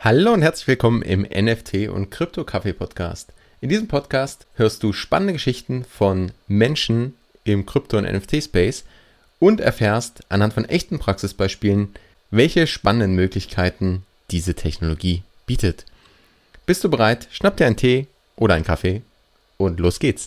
Hallo und herzlich willkommen im NFT- und Krypto-Kaffee-Podcast. In diesem Podcast hörst du spannende Geschichten von Menschen im Krypto- und NFT-Space und erfährst anhand von echten Praxisbeispielen, welche spannenden Möglichkeiten diese Technologie bietet. Bist du bereit? Schnapp dir einen Tee oder einen Kaffee und los geht's.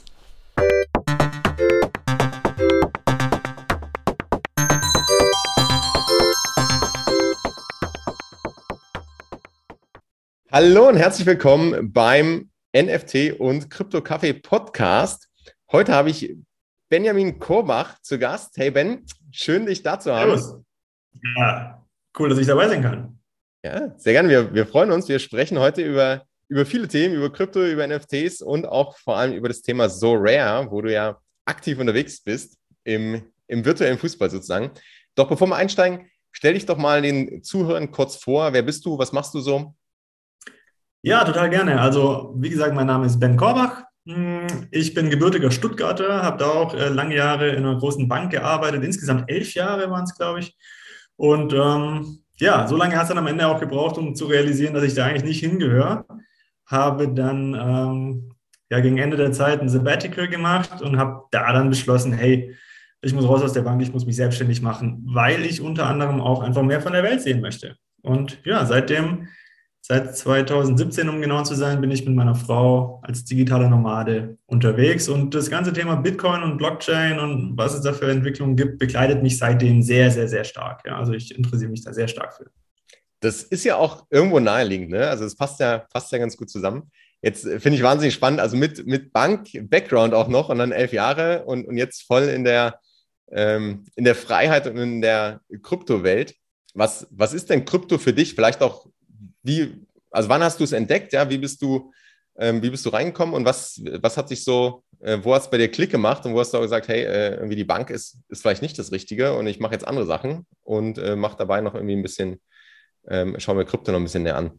Hallo und herzlich willkommen beim NFT- und Krypto-Kaffee-Podcast. Heute habe ich Benjamin Korbach zu Gast. Hey Ben, schön dich da zu haben. Servus. Ja, cool, dass ich dabei sein kann. Ja, sehr gerne. Wir freuen uns. Wir sprechen heute über viele Themen, über Krypto, über NFTs und auch vor allem über das Thema So Rare, wo du ja aktiv unterwegs bist im virtuellen Fußball sozusagen. Doch bevor wir einsteigen, stell dich doch mal den Zuhörern kurz vor. Wer bist du? Was machst du so? Ja, total gerne. Also, wie gesagt, mein Name ist Ben Korbach. Ich bin gebürtiger Stuttgarter, habe da auch lange Jahre in einer großen Bank gearbeitet. Insgesamt 11 Jahre waren es, glaube ich. Und ja, so lange hat es dann am Ende auch gebraucht, um zu realisieren, dass ich da eigentlich nicht hingehöre. Habe dann ja gegen Ende der Zeit ein Sabbatical gemacht und habe da dann beschlossen, hey, ich muss raus aus der Bank, ich muss mich selbstständig machen, weil ich unter anderem auch einfach mehr von der Welt sehen möchte. Und ja, seit 2017, um genau zu sein, bin ich mit meiner Frau als digitaler Nomade unterwegs. Und das ganze Thema Bitcoin und Blockchain und was es da für Entwicklungen gibt, begleitet mich seitdem sehr, sehr, sehr stark. Ja, also ich interessiere mich da sehr stark für. Das ist ja auch irgendwo naheliegend, ne? Also es passt ja ganz gut zusammen. Jetzt finde ich wahnsinnig spannend, also mit Bank-Background auch noch und dann 11 Jahre und jetzt voll in der Freiheit und in der Kryptowelt. Was ist denn Krypto für dich? Vielleicht auch, also wann hast du es entdeckt? Ja, wie bist du reingekommen und was hat sich so, wo hat es bei dir Klick gemacht und wo hast du auch gesagt, hey, irgendwie die Bank ist vielleicht nicht das Richtige und ich mache jetzt andere Sachen und mache dabei noch irgendwie ein bisschen schauen wir Krypto noch ein bisschen näher an.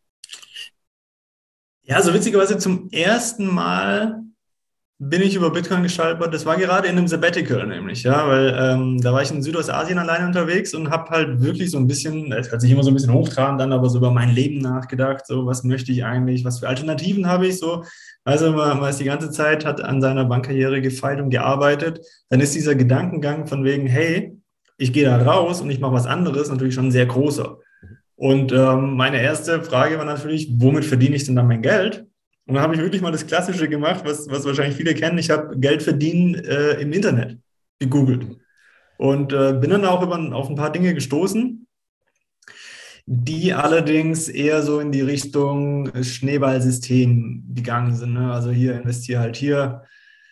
Ja, so witzigerweise zum ersten Mal bin ich über Bitcoin gestolpert. Das war gerade in einem Sabbatical nämlich, ja, weil da war ich in Südostasien alleine unterwegs und habe halt wirklich so ein bisschen, es hört sich immer so ein bisschen hochtrabend an, aber so über mein Leben nachgedacht, so was möchte ich eigentlich, was für Alternativen habe ich so. Also man ist die ganze Zeit, hat an seiner Bankkarriere gefeilt und gearbeitet, dann ist dieser Gedankengang von wegen, hey, ich gehe da raus und ich mache was anderes, natürlich schon ein sehr großer. Und meine erste Frage war natürlich, womit verdiene ich denn dann mein Geld? Und dann habe ich wirklich mal das Klassische gemacht, was wahrscheinlich viele kennen. Ich habe Geld verdienen im Internet gegoogelt und bin dann auch auf ein paar Dinge gestoßen, die allerdings eher so in die Richtung Schneeballsystem gegangen sind. Ne? Also hier investiere halt hier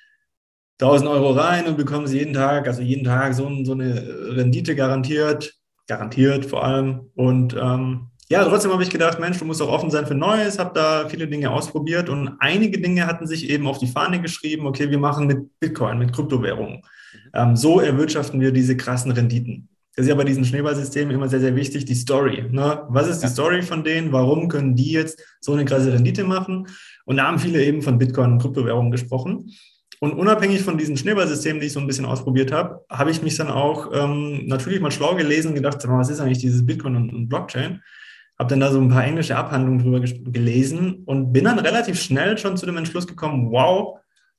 1.000 € rein und bekommst jeden Tag so eine Rendite garantiert, garantiert vor allem. Und ja, trotzdem habe ich gedacht, Mensch, du musst auch offen sein für Neues, habe da viele Dinge ausprobiert und einige Dinge hatten sich eben auf die Fahne geschrieben, okay, wir machen mit Bitcoin, mit Kryptowährungen. So erwirtschaften wir diese krassen Renditen. Das ist ja bei diesen Schneeballsystemen immer sehr, sehr wichtig, die Story. Ne? Was ist die Ja. Story von denen? Warum können die jetzt so eine krasse Rendite machen? Und da haben viele eben von Bitcoin und Kryptowährungen gesprochen. Und unabhängig von diesen Schneeballsystemen, die ich so ein bisschen ausprobiert habe, habe ich mich dann auch natürlich mal schlau gelesen und gedacht, was ist eigentlich dieses Bitcoin und Blockchain? Habe dann da so ein paar englische Abhandlungen drüber gelesen und bin dann relativ schnell schon zu dem Entschluss gekommen, wow,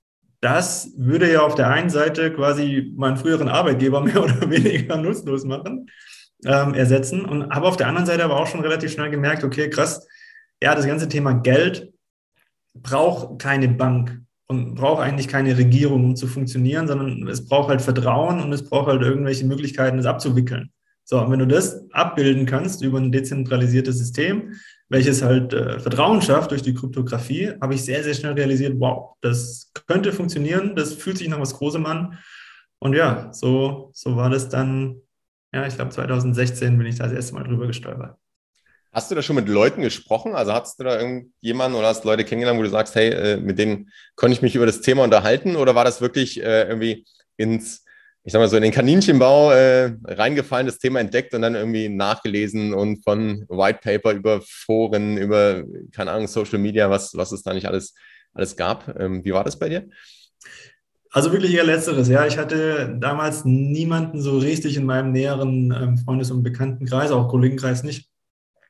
das würde ja auf der einen Seite quasi meinen früheren Arbeitgeber mehr oder weniger nutzlos machen, ersetzen. Und habe auf der anderen Seite aber auch schon relativ schnell gemerkt, okay, krass, ja, das ganze Thema Geld braucht keine Bank und braucht eigentlich keine Regierung, um zu funktionieren, sondern es braucht halt Vertrauen und es braucht halt irgendwelche Möglichkeiten, das abzuwickeln. So, und wenn du das abbilden kannst über ein dezentralisiertes System, welches halt Vertrauen schafft durch die Kryptographie, habe ich sehr, sehr schnell realisiert, wow, das könnte funktionieren, das fühlt sich nach was Großem an. Und ja, so war das dann, ja, ich glaube 2016 bin ich da das erste Mal drüber gestolpert. Hast du da schon mit Leuten gesprochen? Also hattest du da irgendjemanden oder hast Leute kennengelernt, wo du sagst, hey, mit denen konnte ich mich über das Thema unterhalten? Oder war das wirklich irgendwie ich sag mal so, in den Kaninchenbau reingefallen, das Thema entdeckt und dann irgendwie nachgelesen und von White Paper über Foren, über, keine Ahnung, Social Media, was es da nicht alles gab? Wie war das bei dir? Also wirklich eher Letzteres, ja. Ich hatte damals niemanden so richtig in meinem näheren Freundes- und Bekanntenkreis, auch Kollegenkreis nicht,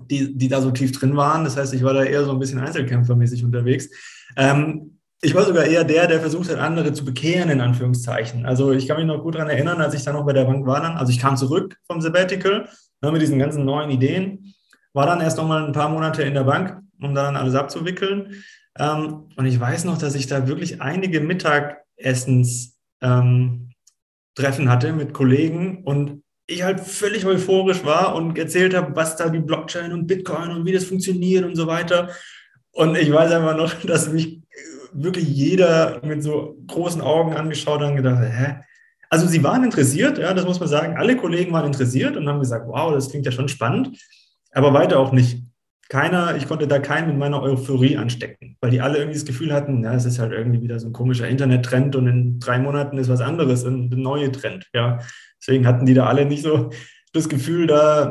die da so tief drin waren. Das heißt, ich war da eher so ein bisschen einzelkämpfermäßig unterwegs. Ich war sogar eher der versucht hat, andere zu bekehren, in Anführungszeichen. Also ich kann mich noch gut daran erinnern, als ich dann noch bei der Bank war dann. Also ich kam zurück vom Sabbatical mit diesen ganzen neuen Ideen, war dann erst noch mal ein paar Monate in der Bank, um dann alles abzuwickeln. Und ich weiß noch, dass ich da wirklich einige Mittagessens Treffen hatte mit Kollegen und ich halt völlig euphorisch war und erzählt habe, was da die Blockchain und Bitcoin und wie das funktioniert und so weiter. Und ich weiß einfach noch, dass mich wirklich jeder mit so großen Augen angeschaut hat und gedacht, hä? Also sie waren interessiert, ja, das muss man sagen. Alle Kollegen waren interessiert und haben gesagt, wow, das klingt ja schon spannend, aber weiter auch nicht. Ich konnte da keinen mit meiner Euphorie anstecken, weil die alle irgendwie das Gefühl hatten, ja, es ist halt irgendwie wieder so ein komischer Internettrend und in 3 Monaten ist was anderes, ein neuer Trend, ja. Deswegen hatten die da alle nicht so das Gefühl, da.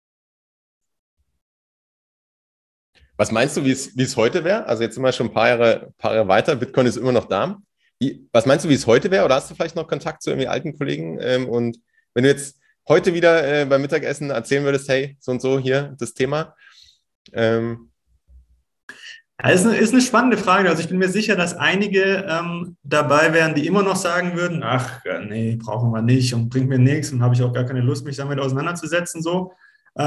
Was meinst du, wie es heute wäre? Also jetzt sind wir schon ein paar Jahre weiter, Bitcoin ist immer noch da. Was meinst du, wie es heute wäre? Oder hast du vielleicht noch Kontakt zu irgendwie alten Kollegen? Und wenn du jetzt heute wieder beim Mittagessen erzählen würdest, hey, so und so hier das Thema. Ja, ist eine spannende Frage. Also ich bin mir sicher, dass einige dabei wären, die immer noch sagen würden, ach nee, brauchen wir nicht und bringt mir nichts und habe ich auch gar keine Lust, mich damit auseinanderzusetzen. So.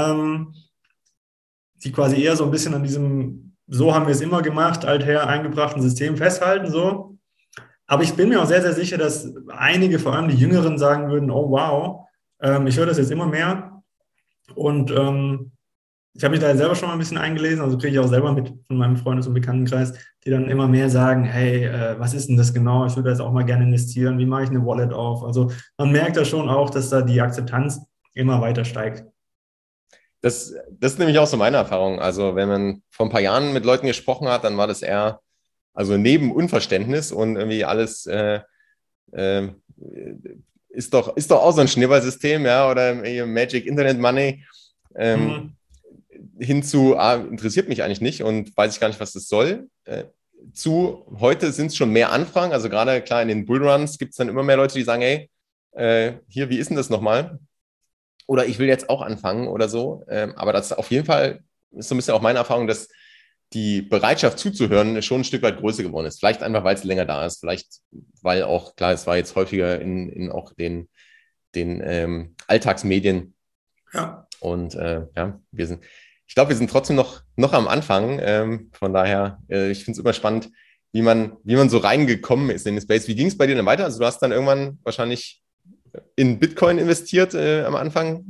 Die quasi eher so ein bisschen an diesem, so haben wir es immer gemacht, alther eingebrachten System festhalten. So. Aber ich bin mir auch sehr, sehr sicher, dass einige, vor allem die Jüngeren, sagen würden, oh wow, ich höre das jetzt immer mehr und ich habe mich da selber schon mal ein bisschen eingelesen, also kriege ich auch selber mit von meinem Freundes- und Bekanntenkreis, die dann immer mehr sagen, hey, was ist denn das genau? Ich würde jetzt auch mal gerne investieren. Wie mache ich eine Wallet auf? Also man merkt da schon auch, dass da die Akzeptanz immer weiter steigt. Das ist nämlich auch so meine Erfahrung. Also wenn man vor ein paar Jahren mit Leuten gesprochen hat, dann war das eher, also neben Unverständnis und irgendwie alles ist doch auch so ein Schneeballsystem, ja, oder Magic Internet Money. Hinzu, interessiert mich eigentlich nicht und weiß ich gar nicht, was das soll. Zu heute sind es schon mehr Anfragen, also gerade klar in den Bullruns gibt es dann immer mehr Leute, die sagen, hey, hier, wie ist denn das nochmal? Oder ich will jetzt auch anfangen oder so. Aber das auf jeden Fall ist so ein bisschen auch meine Erfahrung, dass die Bereitschaft zuzuhören schon ein Stück weit größer geworden ist. Vielleicht einfach, weil es länger da ist, vielleicht, weil auch, klar, es war jetzt häufiger in auch den Alltagsmedien. Ja. Und ja, ich glaube, wir sind trotzdem noch am Anfang. Von daher, ich finde es immer spannend, wie man so reingekommen ist in den Space. Wie ging es bei dir denn weiter? Also du hast dann irgendwann wahrscheinlich in Bitcoin investiert am Anfang?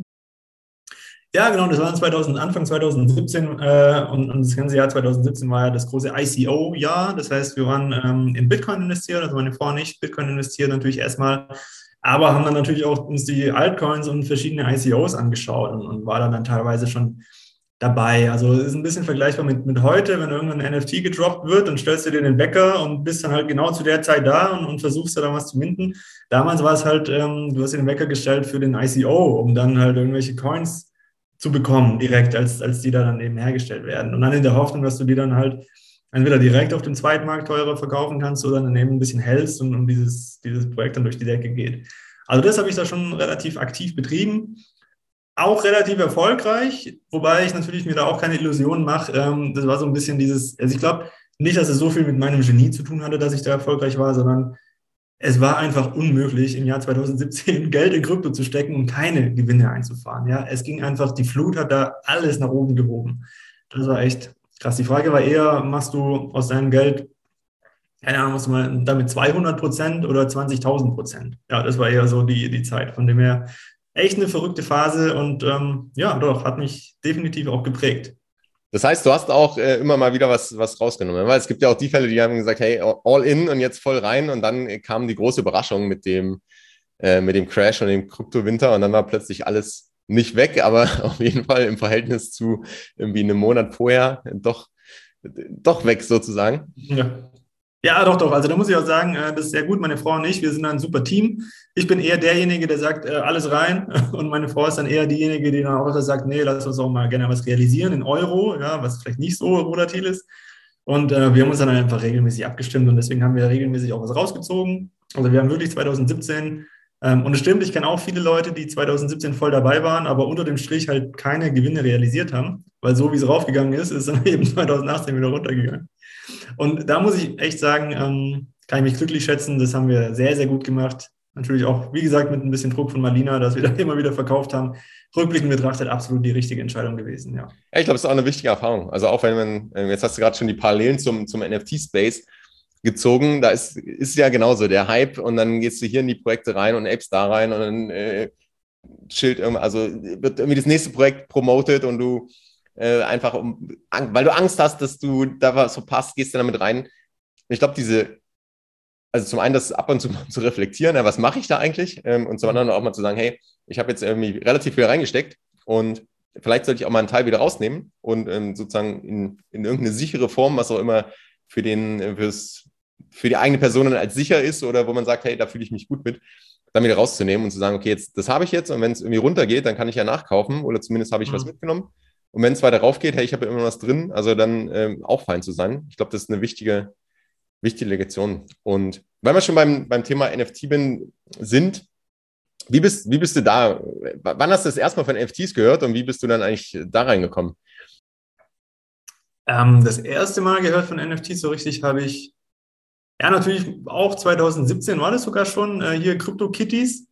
Ja, genau, das war Anfang 2017 und das ganze Jahr 2017 war ja das große ICO-Jahr. Das heißt, wir waren in Bitcoin investiert, also meine Frau und ich Bitcoin investiert natürlich erstmal, aber haben dann natürlich auch uns die Altcoins und verschiedene ICOs angeschaut und war dann teilweise schon dabei. Also es ist ein bisschen vergleichbar mit heute, wenn irgendwann ein NFT gedroppt wird, dann stellst du dir den Wecker und bist dann halt genau zu der Zeit da und versuchst da dann was zu minten. Damals war es halt, du hast dir den Wecker gestellt für den ICO, um dann halt irgendwelche Coins zu bekommen, direkt, als die da dann eben hergestellt werden. Und dann in der Hoffnung, dass du die dann halt entweder direkt auf dem Zweitmarkt teurer verkaufen kannst oder dann eben ein bisschen hältst und dieses Projekt dann durch die Decke geht. Also das habe ich da schon relativ aktiv betrieben. Auch relativ erfolgreich, wobei ich natürlich mir da auch keine Illusionen mache. Das war so ein bisschen also ich glaube nicht, dass es so viel mit meinem Genie zu tun hatte, dass ich da erfolgreich war, sondern es war einfach unmöglich, im Jahr 2017 Geld in Krypto zu stecken und keine Gewinne einzufahren. Ja, es ging einfach, die Flut hat da alles nach oben gehoben. Das war echt krass. Die Frage war eher, machst du aus deinem Geld, keine Ahnung, machst du mal damit 200% oder 20.000%? Ja, das war eher so die Zeit. Von dem her echt eine verrückte Phase und ja, doch, hat mich definitiv auch geprägt. Das heißt, du hast auch immer mal wieder was rausgenommen, weil es gibt ja auch die Fälle, die haben gesagt, hey, all in und jetzt voll rein und dann kam die große Überraschung mit dem Crash und dem Kryptowinter und dann war plötzlich alles nicht weg, aber auf jeden Fall im Verhältnis zu irgendwie einem Monat vorher doch weg sozusagen. Ja. Ja, doch. Also da muss ich auch sagen, das ist sehr gut. Meine Frau und ich, wir sind ein super Team. Ich bin eher derjenige, der sagt, alles rein. Und meine Frau ist dann eher diejenige, die dann auch sagt, nee, lass uns auch mal gerne was realisieren in Euro, ja, was vielleicht nicht so volatil ist. Und wir haben uns dann einfach regelmäßig abgestimmt und deswegen haben wir regelmäßig auch was rausgezogen. Also wir haben wirklich 2017 Und es stimmt, ich kenne auch viele Leute, die 2017 voll dabei waren, aber unter dem Strich halt keine Gewinne realisiert haben, weil so wie es raufgegangen ist, ist dann eben 2018 wieder runtergegangen. Und da muss ich echt sagen, kann ich mich glücklich schätzen. Das haben wir sehr, sehr gut gemacht. Natürlich auch, wie gesagt, mit ein bisschen Druck von Marlina, dass wir da immer wieder verkauft haben. Rückblickend betrachtet absolut die richtige Entscheidung gewesen, ja. Ja, ich glaube, das ist auch eine wichtige Erfahrung. Also auch wenn man, jetzt hast du gerade schon die Parallelen zum NFT-Space gezogen, da ist ja genauso der Hype und dann gehst du hier in die Projekte rein und appst da rein und dann also wird irgendwie das nächste Projekt promotet und du einfach, weil du Angst hast, dass du da was verpasst, gehst du damit rein. Ich glaube, also zum einen das ab und zu zu reflektieren, ja, was mache ich da eigentlich? Und zum anderen auch mal zu sagen, hey, ich habe jetzt irgendwie relativ viel reingesteckt und vielleicht sollte ich auch mal einen Teil wieder rausnehmen und sozusagen in irgendeine sichere Form, was auch immer für die eigene Person dann als sicher ist oder wo man sagt, hey, da fühle ich mich gut mit, dann wieder rauszunehmen und zu sagen, okay, jetzt das habe ich jetzt und wenn es irgendwie runtergeht, dann kann ich ja nachkaufen oder zumindest habe ich was mitgenommen. Und wenn es weiter rauf geht, hey, ich habe ja immer was drin, also dann auch fein zu sein. Ich glaube, das ist eine wichtige Lektion. Und weil wir schon beim Thema NFT sind, wie bist du da? Wann hast du das erste Mal von NFTs gehört und wie bist du dann eigentlich da reingekommen? Das erste Mal gehört von NFTs so richtig habe ich, ja natürlich auch 2017 war das sogar schon, hier CryptoKitties.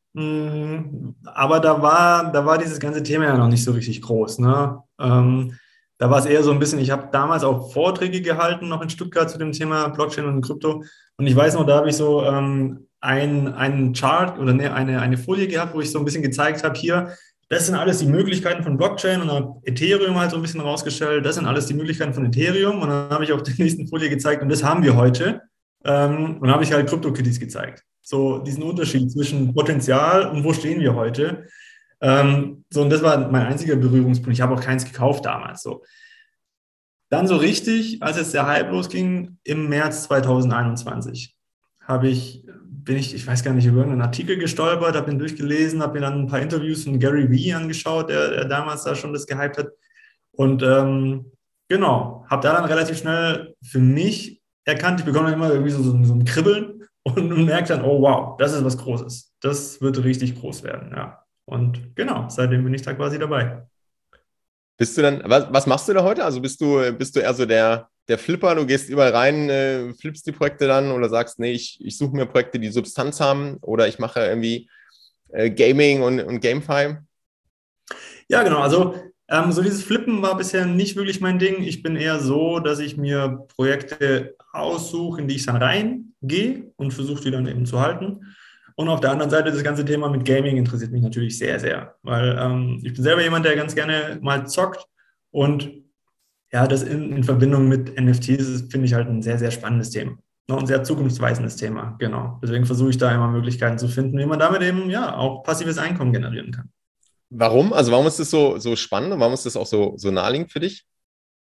Aber da war dieses ganze Thema ja noch nicht so richtig groß. Ne? Da war es eher so ein bisschen, ich habe damals auch Vorträge gehalten, noch in Stuttgart zu dem Thema Blockchain und Krypto. Und ich weiß noch, da habe ich so einen Chart oder eine Folie gehabt, wo ich so ein bisschen gezeigt habe, hier, das sind alles die Möglichkeiten von Blockchain und habe Ethereum halt so ein bisschen rausgestellt, das sind alles die Möglichkeiten von Ethereum. Und dann habe ich auf der nächsten Folie gezeigt und das haben wir heute. Und dann habe ich halt CryptoKitties gezeigt. So diesen Unterschied zwischen Potenzial und wo stehen wir heute. So, und das war mein einziger Berührungspunkt. Ich habe auch keins gekauft damals. So. Dann so richtig, als es der Hype losging, im März 2021, ich weiß gar nicht, über irgendeinen Artikel gestolpert, habe ihn durchgelesen, habe mir dann ein paar Interviews von Gary Vee angeschaut, der damals da schon das gehypt hat. Und genau, habe da dann relativ schnell für mich erkannt, ich bekomme dann immer irgendwie so ein Kribbeln und merke dann, oh wow, das ist was Großes. Das wird richtig groß werden, ja. Und genau, seitdem bin ich da quasi dabei. Was machst du da heute? Also bist du eher so der Flipper, du gehst überall rein, flippst die Projekte dann oder sagst, nee, ich suche mir Projekte, die Substanz haben oder ich mache irgendwie Gaming und GameFi? Ja, genau, also so dieses Flippen war bisher nicht wirklich mein Ding. Ich bin eher so, dass ich mir Projekte aussuche, in die ich dann reingehe und versuche, die dann eben zu halten. Und auf der anderen Seite das ganze Thema mit Gaming interessiert mich natürlich sehr, sehr, weil ich bin selber jemand, der ganz gerne mal zockt und ja, das in Verbindung mit NFTs finde ich halt ein sehr, sehr spannendes Thema. Noch ein sehr zukunftsweisendes Thema, genau. Deswegen versuche ich da immer Möglichkeiten zu finden, wie man damit eben ja auch passives Einkommen generieren kann. Warum? Also warum ist das so spannend und warum ist das auch so naheliegend für dich?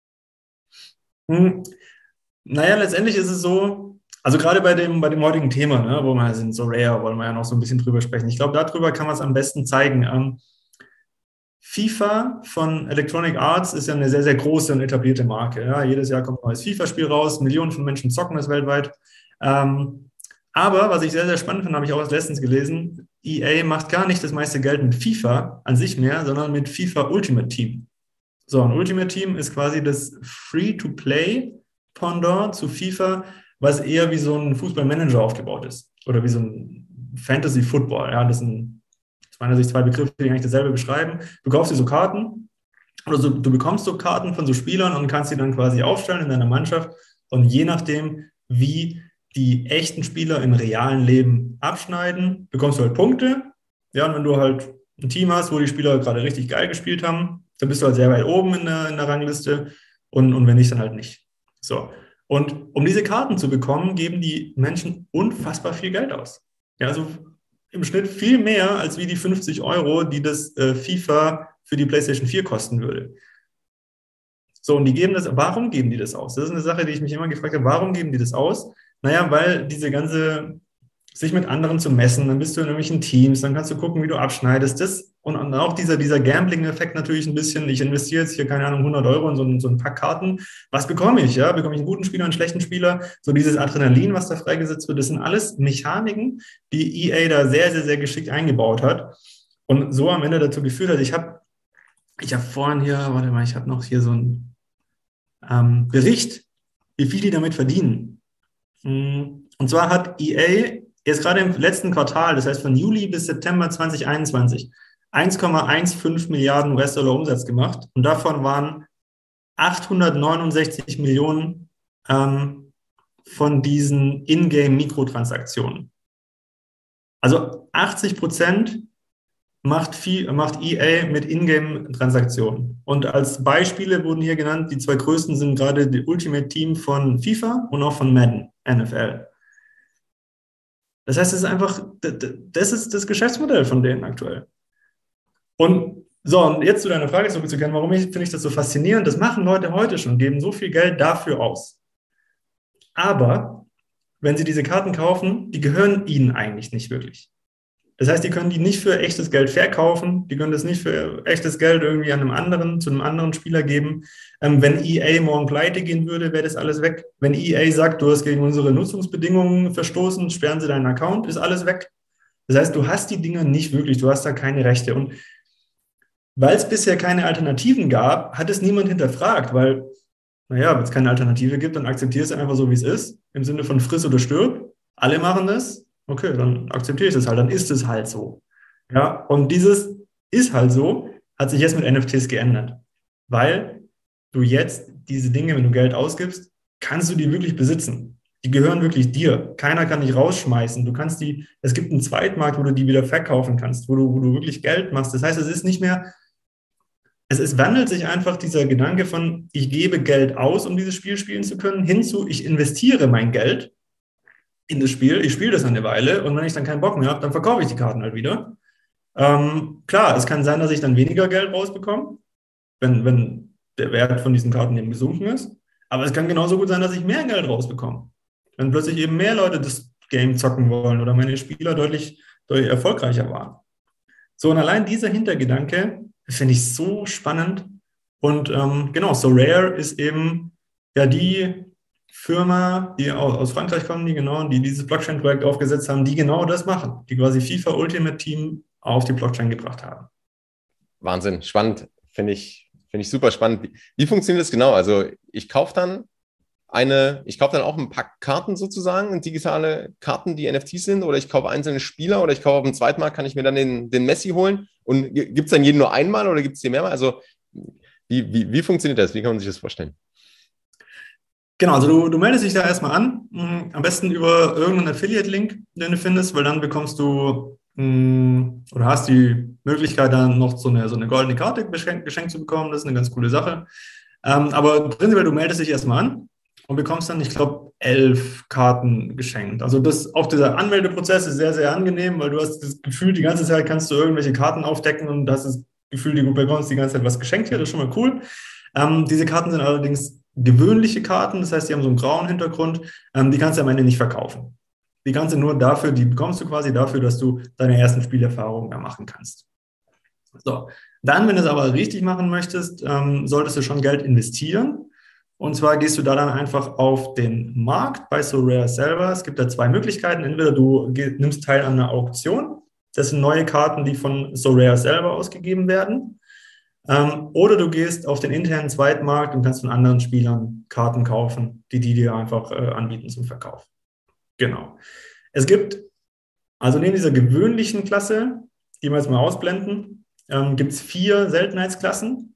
Naja, letztendlich ist es so, also gerade bei dem heutigen Thema, ne, wo wir sind, so Rare, wollen wir ja noch so ein bisschen drüber sprechen. Ich glaube, darüber kann man es am besten zeigen. FIFA von Electronic Arts ist ja eine sehr, sehr große und etablierte Marke. Ja. Jedes Jahr kommt ein neues FIFA-Spiel raus, Millionen von Menschen zocken das weltweit. Aber was ich sehr, sehr spannend finde, habe ich auch erst letztens gelesen, EA macht gar nicht das meiste Geld mit FIFA an sich mehr, sondern mit FIFA Ultimate Team. So, ein Ultimate Team ist quasi das Free-to-Play-Pendant zu FIFA, was eher wie so ein Fußballmanager aufgebaut ist. Oder wie so ein Fantasy-Football. Ja, das sind aus meiner Sicht zwei Begriffe, die eigentlich dasselbe beschreiben. Du kaufst dir so Karten oder so, du bekommst so Karten von so Spielern und kannst die dann quasi aufstellen in deiner Mannschaft. Und je nachdem, wie die echten Spieler im realen Leben abschneiden, bekommst du halt Punkte. Ja, und wenn du halt ein Team hast, wo die Spieler gerade richtig geil gespielt haben, dann bist du halt sehr weit oben in der Rangliste und wenn nicht, dann halt nicht. So. Und um diese Karten zu bekommen, geben die Menschen unfassbar viel Geld aus. Ja, also im Schnitt viel mehr als wie die 50 Euro, die das FIFA für die PlayStation 4 kosten würde. So, und warum geben die das aus? Das ist eine Sache, die ich mich immer gefragt habe, warum geben die das aus? Naja, weil diese ganze, sich mit anderen zu messen, dann bist du in irgendwelchen Teams, dann kannst du gucken, wie du abschneidest. Das Und auch dieser Gambling-Effekt natürlich ein bisschen. Ich investiere jetzt hier, keine Ahnung, 100 Euro in so ein Pack Karten. Was bekomme ich? Ja? Bekomme ich einen guten Spieler, einen schlechten Spieler? So dieses Adrenalin, was da freigesetzt wird, das sind alles Mechaniken, die EA da sehr, sehr, sehr geschickt eingebaut hat und so am Ende dazu geführt hat. Ich habe vorhin hier, warte mal, ich habe noch hier so einen Bericht, wie viel die damit verdienen. Und zwar hat EA jetzt gerade im letzten Quartal, das heißt von Juli bis September 2021, 1,15 Milliarden US-Dollar Umsatz gemacht und davon waren 869 Millionen von diesen Ingame-Mikrotransaktionen. Also 80% macht EA mit Ingame-Transaktionen. Und als Beispiele wurden hier genannt, die zwei größten sind gerade die Ultimate Team von FIFA und auch von Madden, NFL. Das heißt, es ist einfach, das ist das Geschäftsmodell von denen aktuell. Und so, und jetzt zu deiner Frage zurückzukehren, finde ich das so faszinierend? Das machen Leute heute schon, geben so viel Geld dafür aus. Aber wenn sie diese Karten kaufen, die gehören ihnen eigentlich nicht wirklich. Das heißt, die können die nicht für echtes Geld verkaufen, die können das nicht für echtes Geld irgendwie zu einem anderen Spieler geben. Wenn EA morgen pleite gehen würde, wäre das alles weg. Wenn EA sagt, du hast gegen unsere Nutzungsbedingungen verstoßen, sperren sie deinen Account, ist alles weg. Das heißt, du hast die Dinge nicht wirklich, du hast da keine Rechte. Und weil es bisher keine Alternativen gab, hat es niemand hinterfragt, weil, naja, wenn es keine Alternative gibt, dann akzeptiere es einfach so, wie es ist, im Sinne von friss oder stirb. Alle machen das. Okay, dann akzeptiere ich das halt, dann ist es halt so. Ja, und dieses ist halt so, hat sich jetzt mit NFTs geändert. Weil du jetzt diese Dinge, wenn du Geld ausgibst, kannst du die wirklich besitzen. Die gehören wirklich dir. Keiner kann dich rausschmeißen. Es gibt einen Zweitmarkt, wo du die wieder verkaufen kannst, wo du wirklich Geld machst. Das heißt, es wandelt sich einfach dieser Gedanke von, ich gebe Geld aus, um dieses Spiel spielen zu können, hinzu, ich investiere mein Geld in das Spiel, ich spiele das eine Weile und wenn ich dann keinen Bock mehr habe, dann verkaufe ich die Karten halt wieder. Klar, es kann sein, dass ich dann weniger Geld rausbekomme, wenn der Wert von diesen Karten eben gesunken ist. Aber es kann genauso gut sein, dass ich mehr Geld rausbekomme. Wenn plötzlich eben mehr Leute das Game zocken wollen oder meine Spieler deutlich erfolgreicher waren. So, und allein dieser Hintergedanke finde ich so spannend. Und genau, Sorare ist eben ja die Firma, die aus Frankreich kommen, die dieses Blockchain-Projekt aufgesetzt haben, die genau das machen, die quasi FIFA Ultimate Team auf die Blockchain gebracht haben. Wahnsinn, spannend, finde ich super spannend. Wie funktioniert das genau? Also ich kaufe dann auch ein paar Karten sozusagen, digitale Karten, die NFTs sind, oder ich kaufe einzelne Spieler oder ich kaufe auf dem Zweitmarkt, kann ich mir dann den Messi holen? Und gibt es dann jeden nur einmal oder gibt es den mehrmals? Also wie funktioniert das? Wie kann man sich das vorstellen? Genau, also du meldest dich da erstmal an, am besten über irgendeinen Affiliate-Link, den du findest, weil dann bekommst du oder hast die Möglichkeit, dann noch so eine goldene Karte geschenkt zu bekommen. Das ist eine ganz coole Sache. Aber prinzipiell, du meldest dich erstmal an und bekommst dann, ich glaube, 11 Karten geschenkt. Also auch dieser Anmeldeprozess ist sehr, sehr angenehm, weil du hast das Gefühl, die ganze Zeit kannst du irgendwelche Karten aufdecken und hast das Gefühl, du bekommst die ganze Zeit was geschenkt hier. Das ist schon mal cool. Diese Karten sind allerdings gewöhnliche Karten, das heißt, die haben so einen grauen Hintergrund, die kannst du am Ende nicht verkaufen. Die kannst du nur dafür, die bekommst du quasi dafür, dass du deine ersten Spielerfahrungen da machen kannst. So, dann, wenn du es aber richtig machen möchtest, solltest du schon Geld investieren. Und zwar gehst du da dann einfach auf den Markt bei Sorare selber. Es gibt da zwei Möglichkeiten. Entweder du nimmst teil an einer Auktion. Das sind neue Karten, die von Sorare selber ausgegeben werden. Oder du gehst auf den internen Zweitmarkt und kannst von anderen Spielern Karten kaufen, die dir einfach anbieten zum Verkauf. Genau. Es gibt, also neben dieser gewöhnlichen Klasse, die wir jetzt mal ausblenden, gibt es 4 Seltenheitsklassen.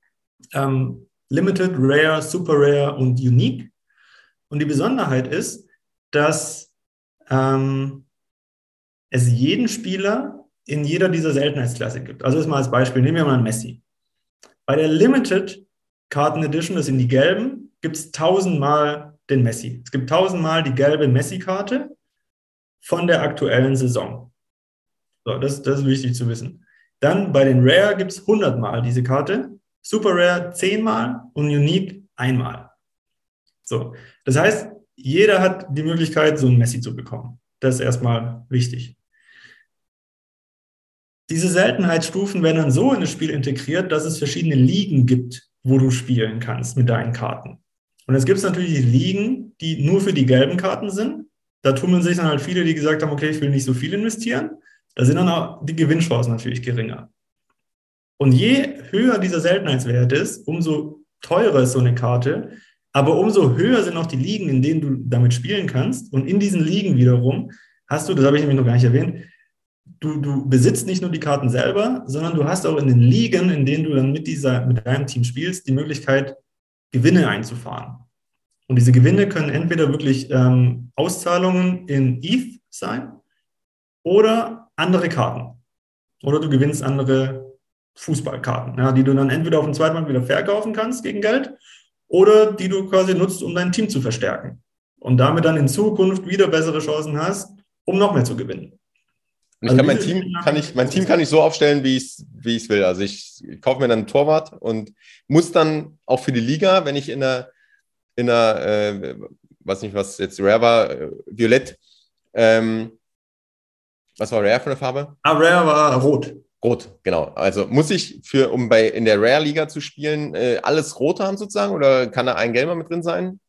Limited, Rare, Super Rare und Unique. Und die Besonderheit ist, dass es jeden Spieler in jeder dieser Seltenheitsklasse gibt. Also das mal als Beispiel, nehmen wir mal einen Messi. Bei der Limited Karten Edition, das sind die gelben, gibt es 1000-mal den Messi. Es gibt 1000-mal die gelbe Messi-Karte von der aktuellen Saison. So, das ist wichtig zu wissen. Dann bei den Rare gibt es 100-mal diese Karte, Super Rare 10-mal und Unique 1-mal. So, das heißt, jeder hat die Möglichkeit, so einen Messi zu bekommen. Das ist erstmal wichtig. Diese Seltenheitsstufen werden dann so in das Spiel integriert, dass es verschiedene Ligen gibt, wo du spielen kannst mit deinen Karten. Und jetzt gibt es natürlich die Ligen, die nur für die gelben Karten sind. Da tummeln sich dann halt viele, die gesagt haben, okay, ich will nicht so viel investieren. Da sind dann auch die Gewinnchancen natürlich geringer. Und je höher dieser Seltenheitswert ist, umso teurer ist so eine Karte. Aber umso höher sind auch die Ligen, in denen du damit spielen kannst. Und in diesen Ligen wiederum hast du, das habe ich nämlich noch gar nicht erwähnt, du besitzt nicht nur die Karten selber, sondern du hast auch in den Ligen, in denen du dann mit deinem Team spielst, die Möglichkeit, Gewinne einzufahren. Und diese Gewinne können entweder wirklich Auszahlungen in ETH sein oder andere Karten. Oder du gewinnst andere Fußballkarten, ja, die du dann entweder auf dem Zweitmarkt wieder verkaufen kannst gegen Geld oder die du quasi nutzt, um dein Team zu verstärken. Und damit dann in Zukunft wieder bessere Chancen hast, um noch mehr zu gewinnen. Und ich kann mein Team kann ich so aufstellen, wie ich es will. Also ich kaufe mir dann einen Torwart und muss dann auch für die Liga, wenn ich in einer weiß nicht, was jetzt Rare war, Violett, was war Rare für eine Farbe? Rare war Rot. Rot, genau. Also muss ich in der Rare-Liga zu spielen, alles Rote haben sozusagen oder kann da ein Gelber mit drin sein?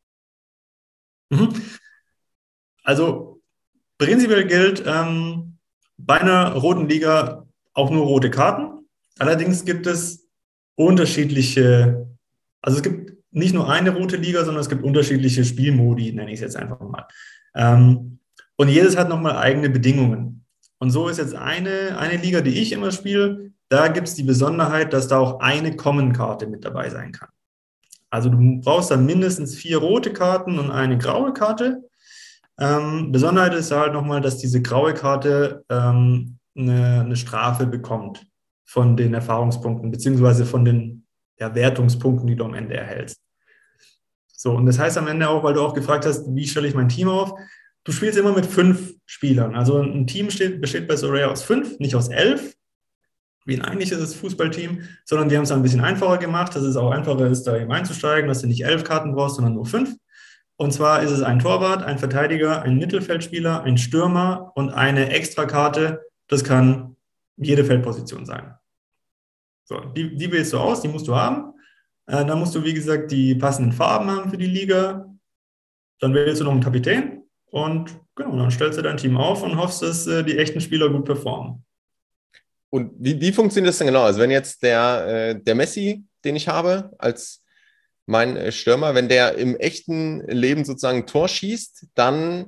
Also prinzipiell gilt bei einer roten Liga auch nur rote Karten. Allerdings gibt es unterschiedliche, also es gibt nicht nur eine rote Liga, sondern es gibt unterschiedliche Spielmodi, nenne ich es jetzt einfach mal. Und jedes hat nochmal eigene Bedingungen. Und so ist jetzt eine Liga, die ich immer spiele, da gibt es die Besonderheit, dass da auch eine Common-Karte mit dabei sein kann. Also du brauchst dann mindestens 4 rote Karten und eine graue Karte. Besonderheit ist halt nochmal, dass diese graue Karte eine Strafe bekommt von den Erfahrungspunkten, beziehungsweise von den Wertungspunkten, die du am Ende erhältst. So, und das heißt am Ende auch, weil du auch gefragt hast, wie stelle ich mein Team auf? Du spielst immer mit 5 Spielern. Also ein Team besteht bei Sorare aus 5, nicht aus 11, wie ein eigentliches Fußballteam, sondern die haben es ein bisschen einfacher gemacht, dass es auch einfacher ist, da eben einzusteigen, dass du nicht 11 Karten brauchst, sondern nur 5. Und zwar ist es ein Torwart, ein Verteidiger, ein Mittelfeldspieler, ein Stürmer und eine Extrakarte. Das kann jede Feldposition sein. So, die wählst du aus, die musst du haben. Dann musst du, wie gesagt, die passenden Farben haben für die Liga. Dann wählst du noch einen Kapitän und genau, dann stellst du dein Team auf und hoffst, dass die echten Spieler gut performen. Und wie funktioniert das denn genau? Also wenn jetzt der Messi, den ich habe, als mein Stürmer, wenn der im echten Leben sozusagen ein Tor schießt, dann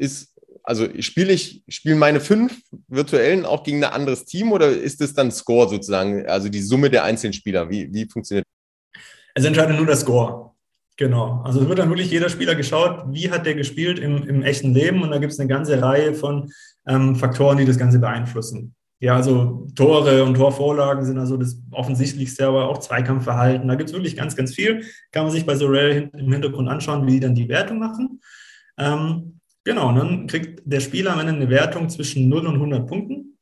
spielen meine 5 virtuellen auch gegen ein anderes Team oder ist es dann Score sozusagen, also die Summe der einzelnen Spieler? Wie funktioniert das? Es entscheidet nur der Score. Genau. Also es wird dann wirklich jeder Spieler geschaut, wie hat der gespielt im echten Leben und da gibt es eine ganze Reihe von Faktoren, die das Ganze beeinflussen. Ja, also Tore und Torvorlagen sind also das Offensichtlichste, aber auch Zweikampfverhalten. Da gibt es wirklich ganz, ganz viel. Kann man sich bei Sorare im Hintergrund anschauen, wie die dann die Wertung machen. Genau, und dann kriegt der Spieler am Ende eine Wertung zwischen 0 und 100 Punkten.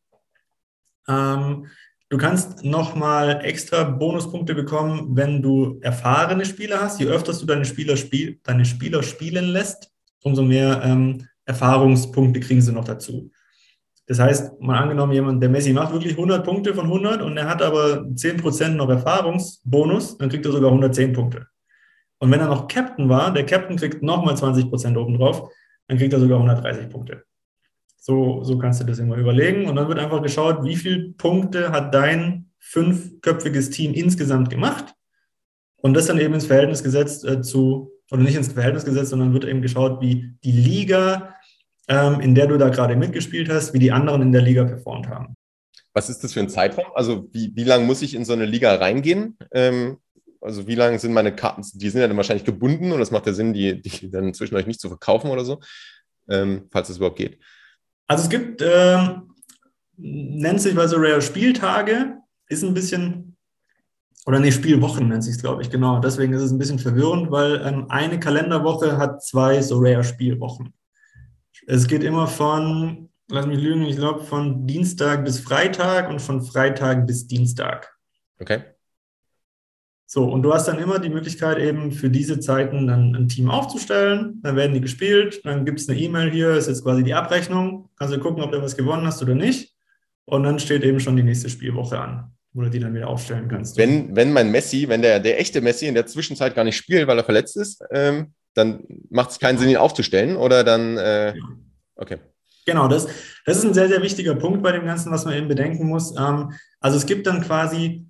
Du kannst nochmal extra Bonuspunkte bekommen, wenn du erfahrene Spieler hast. Je öfter du deine Spieler spielen lässt, umso mehr Erfahrungspunkte kriegen sie noch dazu. Das heißt, mal angenommen, der Messi macht wirklich 100 Punkte von 100 und er hat aber 10% noch Erfahrungsbonus, dann kriegt er sogar 110 Punkte. Und wenn er noch Captain war, der Captain kriegt nochmal 20% obendrauf, dann kriegt er sogar 130 Punkte. So kannst du das immer überlegen. Und dann wird einfach geschaut, wie viele Punkte hat dein 5-köpfiges Team insgesamt gemacht. Und das dann eben ins Verhältnis gesetzt oder nicht ins Verhältnis gesetzt, sondern wird eben geschaut, wie die Liga, in der du da gerade mitgespielt hast, wie die anderen in der Liga performt haben. Was ist das für ein Zeitraum? Also wie lange muss ich in so eine Liga reingehen? Also wie lange sind meine Karten? Die sind ja dann wahrscheinlich gebunden und das macht ja Sinn, die dann zwischen euch nicht zu verkaufen oder so, falls es überhaupt geht. Also es gibt, nennt sich bei Sorare Spieltage, ist ein bisschen, oder nee, Spielwochen nennt sich es, glaube ich, genau. Deswegen ist es ein bisschen verwirrend, weil eine Kalenderwoche hat 2 Sorare Spielwochen. Es geht immer von, lass mich lügen, ich glaube von Dienstag bis Freitag und von Freitag bis Dienstag. Okay. So, und du hast dann immer die Möglichkeit eben für diese Zeiten dann ein Team aufzustellen, dann werden die gespielt, dann gibt es eine E-Mail hier, ist jetzt quasi die Abrechnung, kannst du gucken, ob du was gewonnen hast oder nicht und dann steht eben schon die nächste Spielwoche an, wo du die dann wieder aufstellen kannst. Wenn mein Messi, wenn der echte Messi in der Zwischenzeit gar nicht spielt, weil er verletzt ist, dann macht es keinen Sinn, ihn aufzustellen oder dann, okay. Genau, das ist ein sehr, sehr wichtiger Punkt bei dem Ganzen, was man eben bedenken muss. Also es gibt dann quasi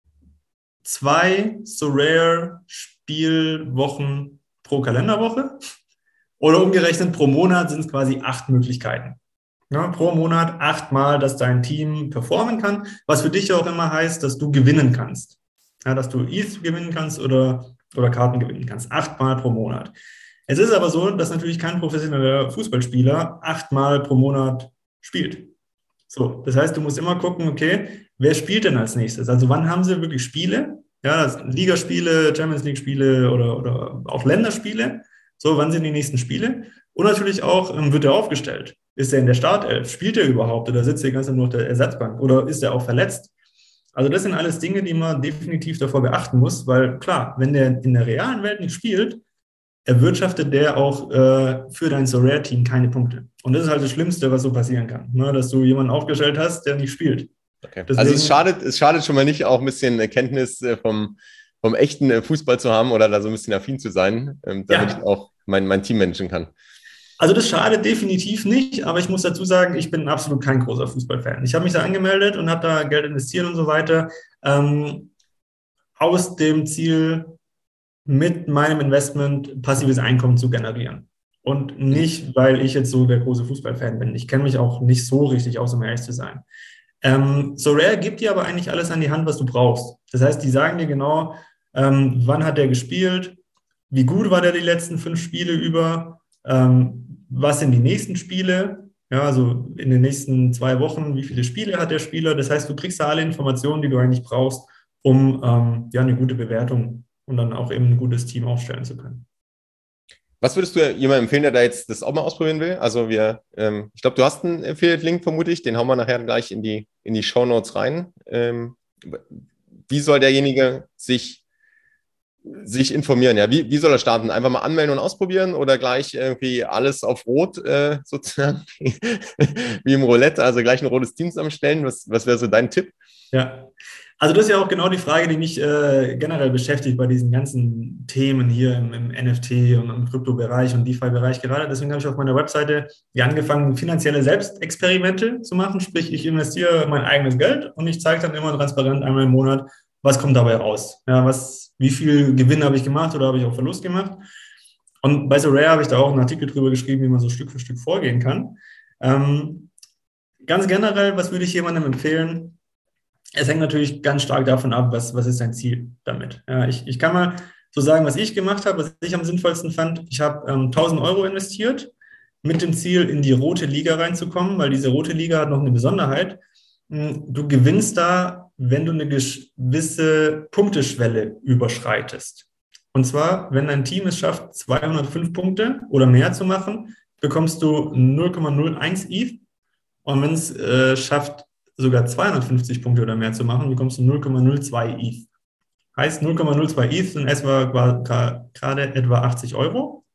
2 Sorare-Spielwochen pro Kalenderwoche oder umgerechnet pro Monat sind es quasi 8 Möglichkeiten. Ja, pro Monat 8 Mal, dass dein Team performen kann, was für dich auch immer heißt, dass du gewinnen kannst. Ja, dass du ETH gewinnen kannst oder Karten gewinnen kannst. 8 Mal pro Monat. Es ist aber so, dass natürlich kein professioneller Fußballspieler 8 Mal pro Monat spielt. So, das heißt, du musst immer gucken, okay, wer spielt denn als nächstes? Also wann haben sie wirklich Spiele? Ja, Ligaspiele, Champions League-Spiele oder auch Länderspiele. So, wann sind die nächsten Spiele? Und natürlich auch, wird er aufgestellt? Ist er in der Startelf? Spielt er überhaupt? Oder sitzt er die ganze Zeit nur auf der Ersatzbank? Oder ist er auch verletzt? Also das sind alles Dinge, die man definitiv davor beachten muss, weil klar, wenn der in der realen Welt nicht spielt, erwirtschaftet der auch für dein Sorare-Team keine Punkte. Und das ist halt das Schlimmste, was so passieren kann, ne? Dass du jemanden aufgestellt hast, der nicht spielt. Okay. Deswegen, also es schadet schon mal nicht, auch ein bisschen Kenntnis vom echten Fußball zu haben oder da so ein bisschen affin zu sein, damit ich auch mein Team managen kann. Also das schadet definitiv nicht, aber ich muss dazu sagen, ich bin absolut kein großer Fußballfan. Ich habe mich da angemeldet und habe da Geld investiert und so weiter, aus dem Ziel, mit meinem Investment passives Einkommen zu generieren. Und nicht, weil ich jetzt so der große Fußballfan bin. Ich kenne mich auch nicht so richtig aus, um ehrlich zu sein. Sorare gibt dir aber eigentlich alles an die Hand, was du brauchst. Das heißt, die sagen dir genau, wann hat der gespielt, wie gut war der die letzten 5 Spiele über, was sind die nächsten Spiele, ja, also in den nächsten 2 Wochen, wie viele Spiele hat der Spieler. Das heißt, du kriegst da alle Informationen, die du eigentlich brauchst, um eine gute Bewertung und dann auch eben ein gutes Team aufstellen zu können. Was würdest du jemandem empfehlen, der da jetzt das auch mal ausprobieren will? Also ich glaube, du hast einen Affiliate-Link vermutlich, den hauen wir nachher gleich in die Shownotes rein. Wie soll derjenige sich informieren? Ja, wie soll er starten? Einfach mal anmelden und ausprobieren oder gleich irgendwie alles auf Rot sozusagen, wie im Roulette, also gleich ein rotes Team zusammenstellen? Was wäre so dein Tipp? Ja, also das ist ja auch genau die Frage, die mich generell beschäftigt bei diesen ganzen Themen hier im NFT und im Kryptobereich und DeFi-Bereich gerade. Deswegen habe ich auf meiner Webseite angefangen, finanzielle Selbstexperimente zu machen. Sprich, ich investiere mein eigenes Geld und ich zeige dann immer transparent einmal im Monat, was kommt dabei raus. Ja, wie viel Gewinn habe ich gemacht oder habe ich auch Verlust gemacht. Und bei Sorare habe ich da auch einen Artikel drüber geschrieben, wie man so Stück für Stück vorgehen kann. Ganz generell, was würde ich jemandem empfehlen? Es hängt natürlich ganz stark davon ab, was ist dein Ziel damit. Ja, ich kann mal so sagen, was ich gemacht habe, was ich am sinnvollsten fand. Ich habe 1.000 Euro investiert mit dem Ziel, in die rote Liga reinzukommen, weil diese rote Liga hat noch eine Besonderheit. Du gewinnst da, wenn du eine gewisse Punkteschwelle überschreitest. Und zwar, wenn dein Team es schafft, 205 Punkte oder mehr zu machen, bekommst du 0,01 ETH. Und wenn es schafft, sogar 250 Punkte oder mehr zu machen, bekommst du 0,02 ETH. Heißt 0,02 ETH sind gerade etwa 80 Euro.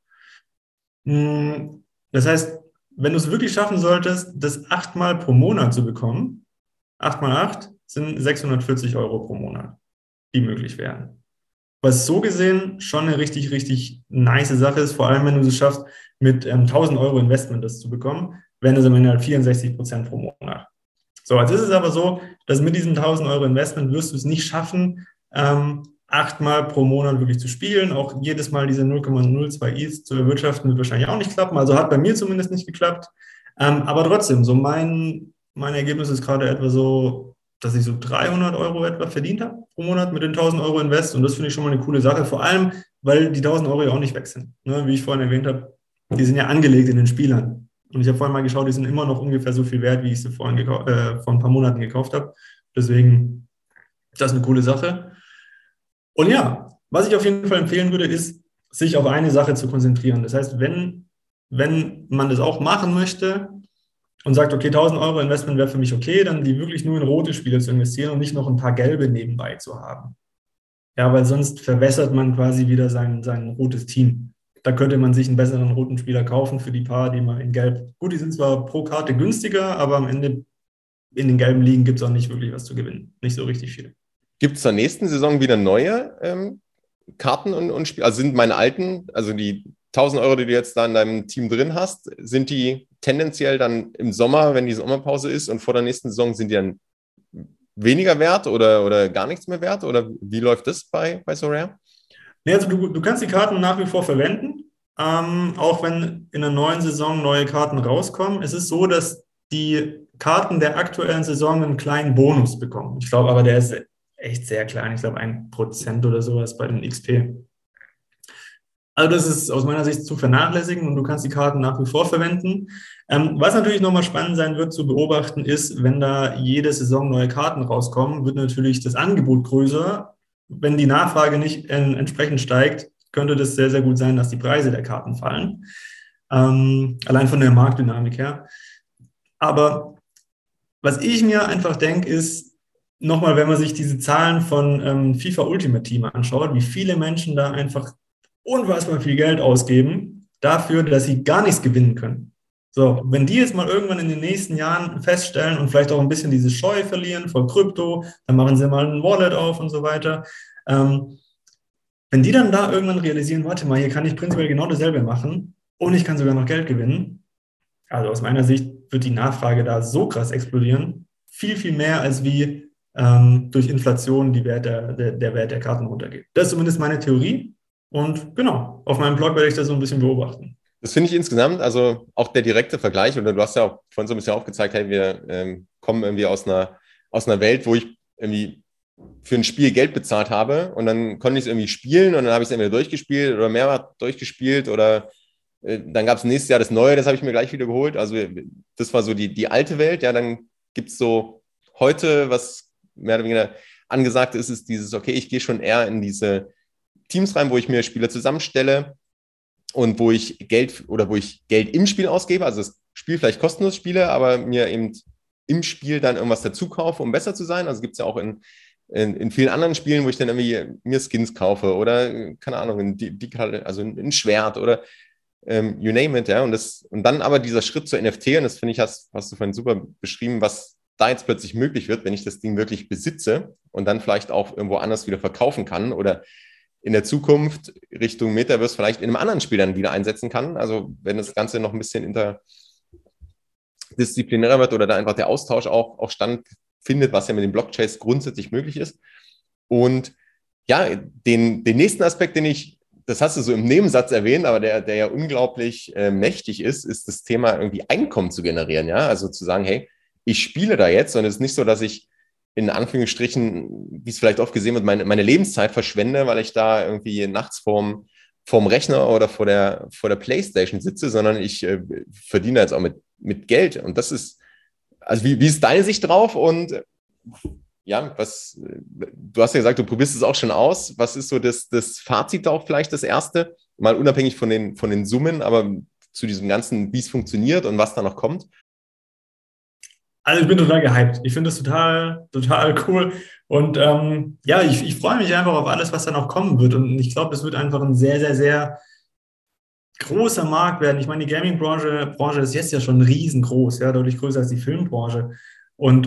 Das heißt, wenn du es wirklich schaffen solltest, das 8 Mal pro Monat zu bekommen, 8 mal 8 sind 640 Euro pro Monat, die möglich wären. Was so gesehen schon eine richtig, richtig nice Sache ist, vor allem wenn du es schaffst, mit 1.000 Euro Investment das zu bekommen, wären das am Ende halt 64% pro Monat. So, jetzt ist es aber so, dass mit diesem 1.000 Euro Investment wirst du es nicht schaffen, 8 Mal pro Monat wirklich zu spielen. Auch jedes Mal diese 0,02 ETH zu erwirtschaften, wird wahrscheinlich auch nicht klappen. Also hat bei mir zumindest nicht geklappt. Aber trotzdem, so mein Ergebnis ist gerade etwa so, dass ich so 300 Euro etwa verdient habe pro Monat mit den 1.000 Euro Invest. Und das finde ich schon mal eine coole Sache. Vor allem, weil die 1.000 Euro ja auch nicht weg sind. Ne? Wie ich vorhin erwähnt habe, die sind ja angelegt in den Spielern. Und ich habe vorhin mal geschaut, die sind immer noch ungefähr so viel wert, wie ich sie vor ein paar Monaten gekauft habe. Deswegen, das ist eine coole Sache. Und ja, was ich auf jeden Fall empfehlen würde, ist, sich auf eine Sache zu konzentrieren. Das heißt, wenn man das auch machen möchte und sagt, okay, 1.000 Euro Investment wäre für mich okay, dann die wirklich nur in rote Spiele zu investieren und nicht noch ein paar gelbe nebenbei zu haben. Ja, weil sonst verwässert man quasi wieder sein rotes Team. Da könnte man sich einen besseren roten Spieler kaufen für die paar, die man in Gelb. Gut, die sind zwar pro Karte günstiger, aber am Ende in den gelben Ligen gibt es auch nicht wirklich was zu gewinnen. Nicht so richtig viel. Gibt es zur nächsten Saison wieder neue Karten und Spiele? Also sind meine alten, also die 1.000 Euro, die du jetzt da in deinem Team drin hast, sind die tendenziell dann im Sommer, wenn die Sommerpause ist und vor der nächsten Saison, sind die dann weniger wert oder gar nichts mehr wert? Oder wie läuft das bei Sorare? Nee, also du kannst die Karten nach wie vor verwenden, auch wenn in der neuen Saison neue Karten rauskommen. Es ist so, dass die Karten der aktuellen Saison einen kleinen Bonus bekommen. Ich glaube aber, der ist echt sehr klein. Ich glaube, 1% oder sowas bei den XP. Also das ist aus meiner Sicht zu vernachlässigen und du kannst die Karten nach wie vor verwenden. Was natürlich nochmal spannend sein wird zu beobachten ist, wenn da jede Saison neue Karten rauskommen, wird natürlich das Angebot größer. Wenn die Nachfrage nicht entsprechend steigt, könnte das sehr, sehr gut sein, dass die Preise der Karten fallen. Allein von der Marktdynamik her. Aber was ich mir einfach denke, ist, nochmal, wenn man sich diese Zahlen von FIFA Ultimate Team anschaut, wie viele Menschen da einfach unfassbar viel Geld ausgeben dafür, dass sie gar nichts gewinnen können. So, wenn die jetzt mal irgendwann in den nächsten Jahren feststellen und vielleicht auch ein bisschen diese Scheu verlieren vor Krypto, dann machen sie mal ein Wallet auf und so weiter. Wenn die dann da irgendwann realisieren, warte mal, hier kann ich prinzipiell genau dasselbe machen und ich kann sogar noch Geld gewinnen. Also aus meiner Sicht wird die Nachfrage da so krass explodieren, viel, viel mehr als wie durch Inflation der Wert der Karten runtergeht. Das ist zumindest meine Theorie. Und genau, auf meinem Blog werde ich das so ein bisschen beobachten. Das finde ich insgesamt, also auch der direkte Vergleich, oder du hast ja auch vorhin so ein bisschen aufgezeigt, hey, wir kommen irgendwie aus einer Welt, wo ich irgendwie für ein Spiel Geld bezahlt habe und dann konnte ich es irgendwie spielen und dann habe ich es entweder durchgespielt oder mehrmals durchgespielt oder dann gab es nächstes Jahr das Neue, das habe ich mir gleich wieder geholt. Also das war so die alte Welt. Ja, dann gibt es so heute, was mehr oder weniger angesagt ist, ist dieses, okay, ich gehe schon eher in diese Teams rein, wo ich mir Spieler zusammenstelle und wo ich Geld im Spiel ausgebe, also das Spiel vielleicht kostenlos spiele, aber mir eben im Spiel dann irgendwas dazu kaufe, um besser zu sein. Also gibt es ja auch in vielen anderen Spielen, wo ich dann irgendwie mir Skins kaufe oder, keine Ahnung, also ein Schwert oder you name it, ja. Und dann aber dieser Schritt zur NFT, und das finde ich, hast du vorhin super beschrieben, was da jetzt plötzlich möglich wird, wenn ich das Ding wirklich besitze und dann vielleicht auch irgendwo anders wieder verkaufen kann oder in der Zukunft Richtung Metaverse vielleicht in einem anderen Spiel dann wieder einsetzen kann. Also wenn das Ganze noch ein bisschen interdisziplinärer wird oder da einfach der Austausch auch stattfindet, was ja mit den Blockchains grundsätzlich möglich ist. Und ja, den nächsten Aspekt, das hast du so im Nebensatz erwähnt, aber der ja unglaublich mächtig ist das Thema irgendwie Einkommen zu generieren. Ja, also zu sagen, hey, ich spiele da jetzt und es ist nicht so, dass ich in Anführungsstrichen, wie es vielleicht oft gesehen wird, meine Lebenszeit verschwende, weil ich da irgendwie nachts vorm Rechner oder vor der Playstation sitze, sondern ich verdiene jetzt auch mit Geld. Und das ist, also wie ist deine Sicht drauf? Und ja, du hast ja gesagt, du probierst es auch schon aus. Was ist so das Fazit auch vielleicht, das erste? Mal unabhängig von den Summen, aber zu diesem Ganzen, wie es funktioniert und was da noch kommt? Also ich bin total gehypt. Ich finde das total, total cool. Und ja, ich freue mich einfach auf alles, was da noch kommen wird. Und ich glaube, es wird einfach ein sehr, sehr, sehr großer Markt werden. Ich meine, die Gaming-Branche ist jetzt ja schon riesengroß, ja, deutlich größer als die Filmbranche. Und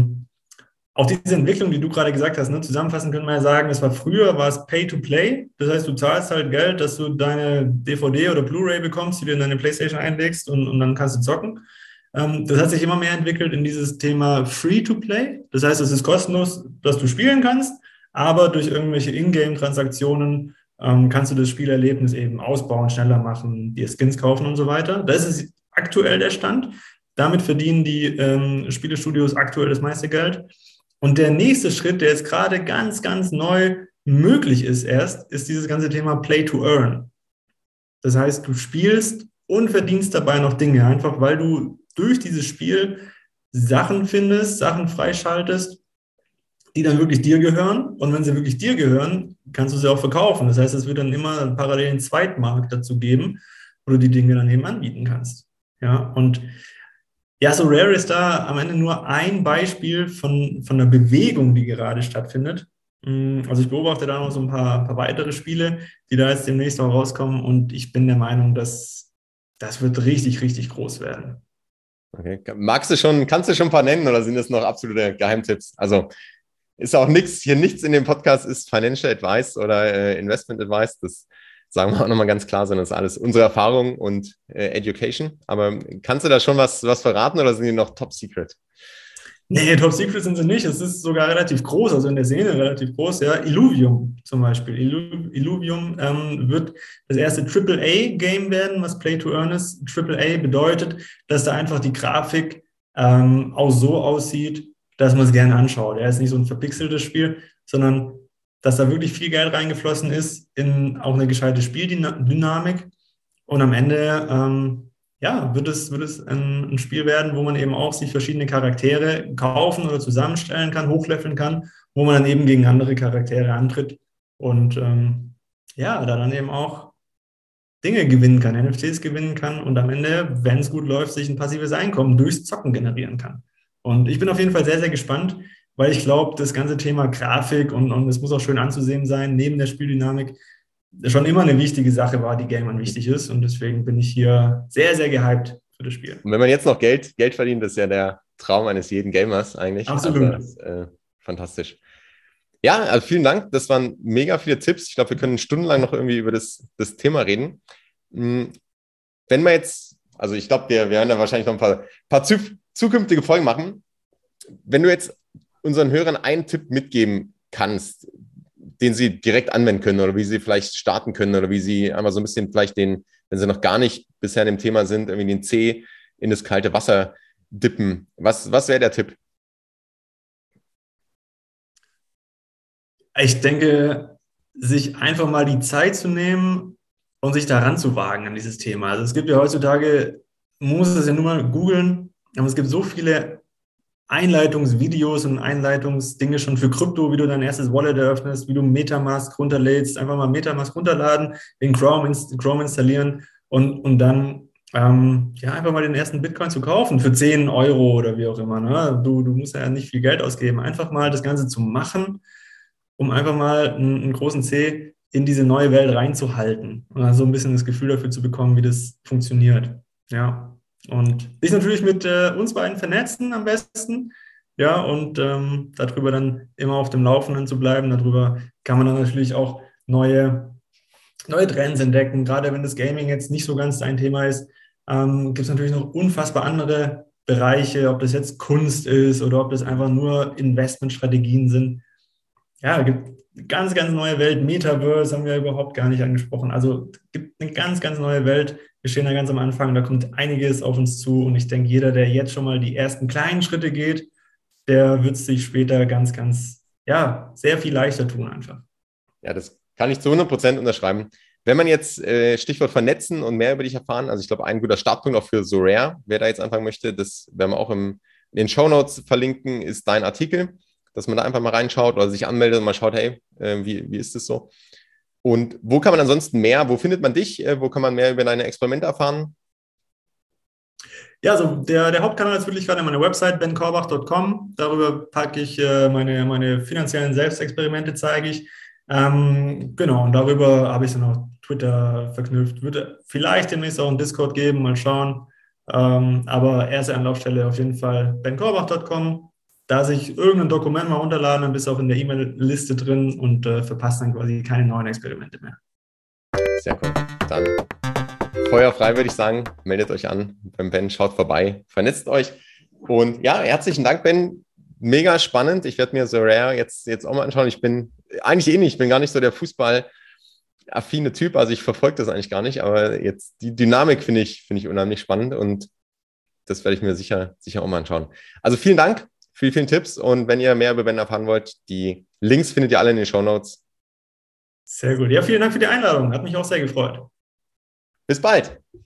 auch diese Entwicklung, die du gerade gesagt hast, ne, zusammenfassend können wir ja sagen, früher war es Pay-to-Play. Das heißt, du zahlst halt Geld, dass du deine DVD oder Blu-ray bekommst, die du in deine PlayStation einlegst und dann kannst du zocken. Das hat sich immer mehr entwickelt in dieses Thema Free-to-Play. Das heißt, es ist kostenlos, dass du spielen kannst, aber durch irgendwelche Ingame-Transaktionen kannst du das Spielerlebnis eben ausbauen, schneller machen, dir Skins kaufen und so weiter. Das ist aktuell der Stand. Damit verdienen die Spielestudios aktuell das meiste Geld. Und der nächste Schritt, der jetzt gerade ganz, ganz neu möglich ist ist dieses ganze Thema Play-to-Earn. Das heißt, du spielst und verdienst dabei noch Dinge, einfach weil du durch dieses Spiel Sachen findest, Sachen freischaltest, die dann wirklich dir gehören. Und wenn sie wirklich dir gehören, kannst du sie auch verkaufen. Das heißt, es wird dann immer parallel einen Zweitmarkt dazu geben, wo du die Dinge dann eben anbieten kannst. Ja, und ja, so Rare ist da am Ende nur ein Beispiel von der Bewegung, die gerade stattfindet. Also ich beobachte da noch so ein paar weitere Spiele, die da jetzt demnächst auch rauskommen und ich bin der Meinung, dass das wird richtig, richtig groß werden. Okay. Kannst du schon ein paar nennen oder sind das noch absolute Geheimtipps? Also ist auch nichts in dem Podcast ist Financial Advice oder Investment Advice. Das sagen wir auch nochmal ganz klar, sondern das ist alles unsere Erfahrung und Education. Aber kannst du da schon was verraten oder sind die noch top secret? Nee, Top Secret sind sie nicht. Es ist sogar relativ groß, also in der Szene relativ groß. Ja, Illuvium zum Beispiel. Illuvium wird das erste AAA-Game werden, was Play to Earn ist. AAA bedeutet, dass da einfach die Grafik auch so aussieht, dass man es gerne anschaut. Er ist nicht so ein verpixeltes Spiel, sondern dass da wirklich viel Geld reingeflossen ist in auch eine gescheite Spieldynamik. Und am Ende ja, wird es ein Spiel werden, wo man eben auch sich verschiedene Charaktere kaufen oder zusammenstellen kann, hochleveln kann, wo man dann eben gegen andere Charaktere antritt und ja, da dann eben auch Dinge gewinnen kann, NFTs gewinnen kann und am Ende, wenn es gut läuft, sich ein passives Einkommen durchs Zocken generieren kann. Und ich bin auf jeden Fall sehr, sehr gespannt, weil ich glaube, das ganze Thema Grafik und es muss auch schön anzusehen sein, neben der Spieldynamik, schon immer eine wichtige Sache war, die Gamern wichtig ist. Und deswegen bin ich hier sehr, sehr gehypt für das Spiel. Und wenn man jetzt noch Geld verdient, das ist ja der Traum eines jeden Gamers eigentlich. Absolut. Also das ist, fantastisch. Ja, also vielen Dank. Das waren mega viele Tipps. Ich glaube, wir können stundenlang noch irgendwie über das Thema reden. Wenn wir jetzt, also ich glaube, wir werden da wahrscheinlich noch ein paar zukünftige Folgen machen. Wenn du jetzt unseren Hörern einen Tipp mitgeben kannst, den sie direkt anwenden können oder wie sie vielleicht starten können oder wie sie einmal so ein bisschen vielleicht wenn sie noch gar nicht bisher in dem Thema sind, irgendwie den Zeh in das kalte Wasser dippen. Was wäre der Tipp? Ich denke, sich einfach mal die Zeit zu nehmen und sich daran zu wagen an dieses Thema. Also es gibt ja heutzutage, man muss es ja nur mal googeln, aber es gibt so viele Einleitungsvideos und Einleitungsdinge schon für Krypto, wie du dein erstes Wallet eröffnest, wie du Metamask runterlädst, einfach mal Metamask runterladen, in Chrome installieren und dann ja, einfach mal den ersten Bitcoin zu kaufen für 10 Euro oder wie auch immer. Ne? Du musst ja nicht viel Geld ausgeben, einfach mal das Ganze zu machen, um einfach mal einen großen C in diese neue Welt reinzuhalten und dann so ein bisschen das Gefühl dafür zu bekommen, wie das funktioniert. Ja. Und sich natürlich mit uns beiden vernetzen am besten. Ja, und darüber dann immer auf dem Laufenden zu bleiben. Darüber kann man dann natürlich auch neue Trends entdecken. Gerade wenn das Gaming jetzt nicht so ganz dein Thema ist, gibt es natürlich noch unfassbar andere Bereiche, ob das jetzt Kunst ist oder ob das einfach nur Investmentstrategien sind. Ja, es gibt eine ganz, ganz neue Welt. Metaverse haben wir überhaupt gar nicht angesprochen. Also es gibt eine ganz, ganz neue Welt. Wir stehen da ganz am Anfang, da kommt einiges auf uns zu. Und ich denke, jeder, der jetzt schon mal die ersten kleinen Schritte geht, der wird es sich später ganz, ganz, ja, sehr viel leichter tun einfach. Ja, das kann ich zu 100% unterschreiben. Wenn man jetzt Stichwort vernetzen und mehr über dich erfahren, also ich glaube, ein guter Startpunkt auch für Sorare, wer da jetzt anfangen möchte, das werden wir auch in den Shownotes verlinken, ist dein Artikel, dass man da einfach mal reinschaut oder sich anmeldet und mal schaut, hey, wie ist das so? Und wo kann man ansonsten wo findet man dich? Wo kann man mehr über deine Experimente erfahren? Ja, also der Hauptkanal ist wirklich gerade meine Website, benkorbach.com. Darüber packe ich meine finanziellen Selbstexperimente, zeige ich. Genau, und darüber habe ich dann auch Twitter verknüpft. Würde vielleicht demnächst auch einen Discord geben, mal schauen. Aber erste Anlaufstelle auf jeden Fall benkorbach.com. Da sich irgendein Dokument mal runterladen, dann bist du auch in der E-Mail-Liste drin und verpasst dann quasi keine neuen Experimente mehr. Sehr cool. Dann feuerfrei würde ich sagen, meldet euch an beim Ben, schaut vorbei, vernetzt euch. Und ja, herzlichen Dank, Ben. Mega spannend. Ich werde mir Sorare jetzt auch mal anschauen. Ich bin eigentlich ich bin gar nicht so der Fußball-affine Typ, also ich verfolge das eigentlich gar nicht, aber jetzt die Dynamik finde ich unheimlich spannend und das werde ich mir sicher auch mal anschauen. Also vielen Dank. Vielen Tipps und wenn ihr mehr über Ben erfahren wollt, die Links findet ihr alle in den Shownotes. Sehr gut. Ja, vielen Dank für die Einladung. Hat mich auch sehr gefreut. Bis bald.